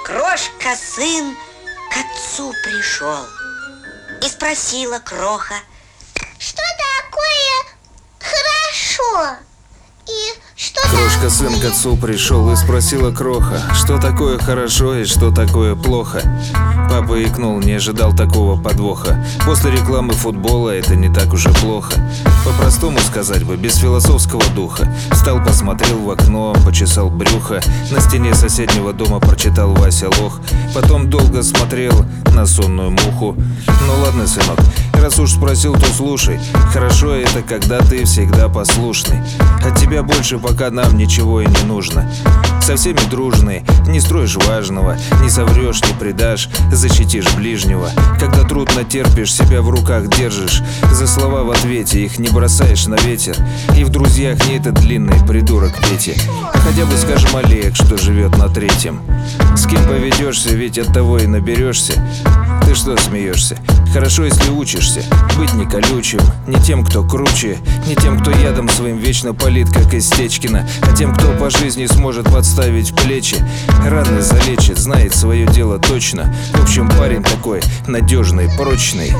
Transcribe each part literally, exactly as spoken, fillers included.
Крошка сын к отцу пришел. И спросила Кроха: что такое хорошо? И что Крошка такое... сын к отцу пришел и спросила Кроха, что такое хорошо и что такое плохо. Папа икнул, не ожидал такого подвоха. После рекламы футбола это не так уж и плохо. По-простому сказать бы, без философского духа. Встал, посмотрел в окно, почесал брюхо. На стене соседнего дома прочитал Вася лох. Потом долго смотрел на сонную муху. Ну ладно, сынок, раз уж спросил, то слушай. Хорошо это, когда ты всегда послушный. От тебя больше пока нам ничего и не нужно. Со всеми дружный, не строишь важного, не соврешь, не предашь, защитишь ближнего. Когда трудно терпишь, себя в руках держишь. За слова в ответе их не бросаешь на ветер. И в друзьях не этот длинный придурок Петя, а хотя бы, скажем, Олег, что живет на третьем. С кем поведешься, ведь от того и наберешься. Ты что смеешься? Хорошо, если учишься быть не колючим, не тем, кто круче, не тем, кто ядом своим вечно палит, как из Стечкина, а тем, кто по жизни сможет подставить плечи. Раны залечит, знает свое дело точно. В общем, парень такой надежный, прочный.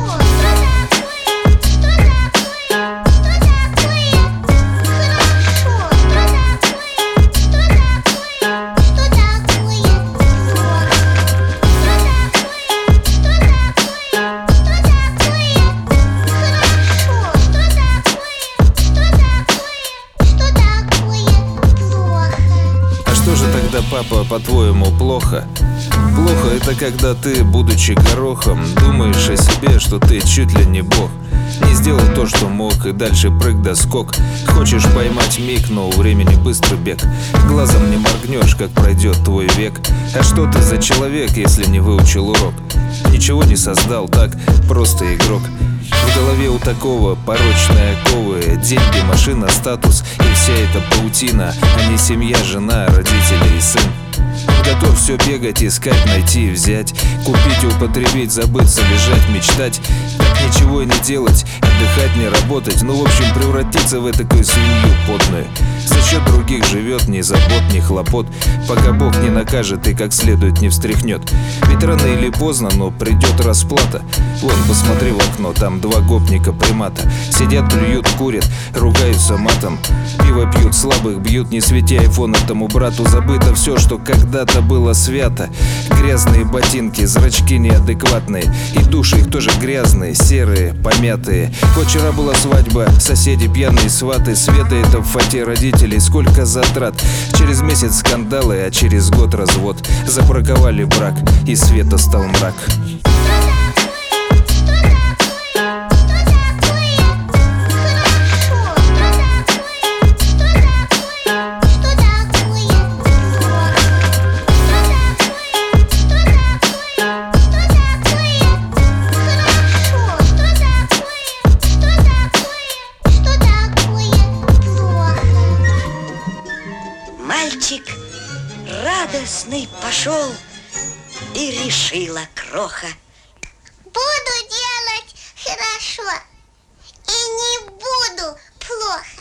Что же тогда, папа, по-твоему, плохо? Плохо это когда ты, будучи горохом, думаешь о себе, что ты чуть ли не бог. Не сделал то, что мог, и дальше прыг да скок. Хочешь поймать миг, но у времени быстрый бег. Глазом не моргнешь, как пройдет твой век. А что ты за человек, если не выучил урок? Ничего не создал, так, просто игрок. В голове у такого порочные оковы. Деньги, машина, статус и вся эта паутина, а не семья, жена, родители и сын. Готов все бегать, искать, найти, взять, купить, употребить, забыться, лежать, мечтать. Так ничего и не делать, отдыхать, не работать. Ну, в общем, превратиться в этакую свинью потную. За счет других живет, ни забот, ни хлопот, пока Бог не накажет и как следует не встряхнет. Ведь рано или поздно, но придет расплата. Вон, посмотри в окно, там два гопника примата. Сидят, плюют, курят, ругаются матом. Пиво пьют, слабых бьют, не светя айфон этому брату. Забыто все, что когда-то было свято. Грязные ботинки, зрачки неадекватные, и души их тоже грязные, серые, помятые. Вот вчера была свадьба, соседи пьяные сваты. Света это в фате родителей, сколько затрат. Через месяц скандалы, а через год развод. Забраковали брак, и света стал мрак. Мальчик радостный пошел, и решила Кроха: буду делать хорошо и не буду плохо.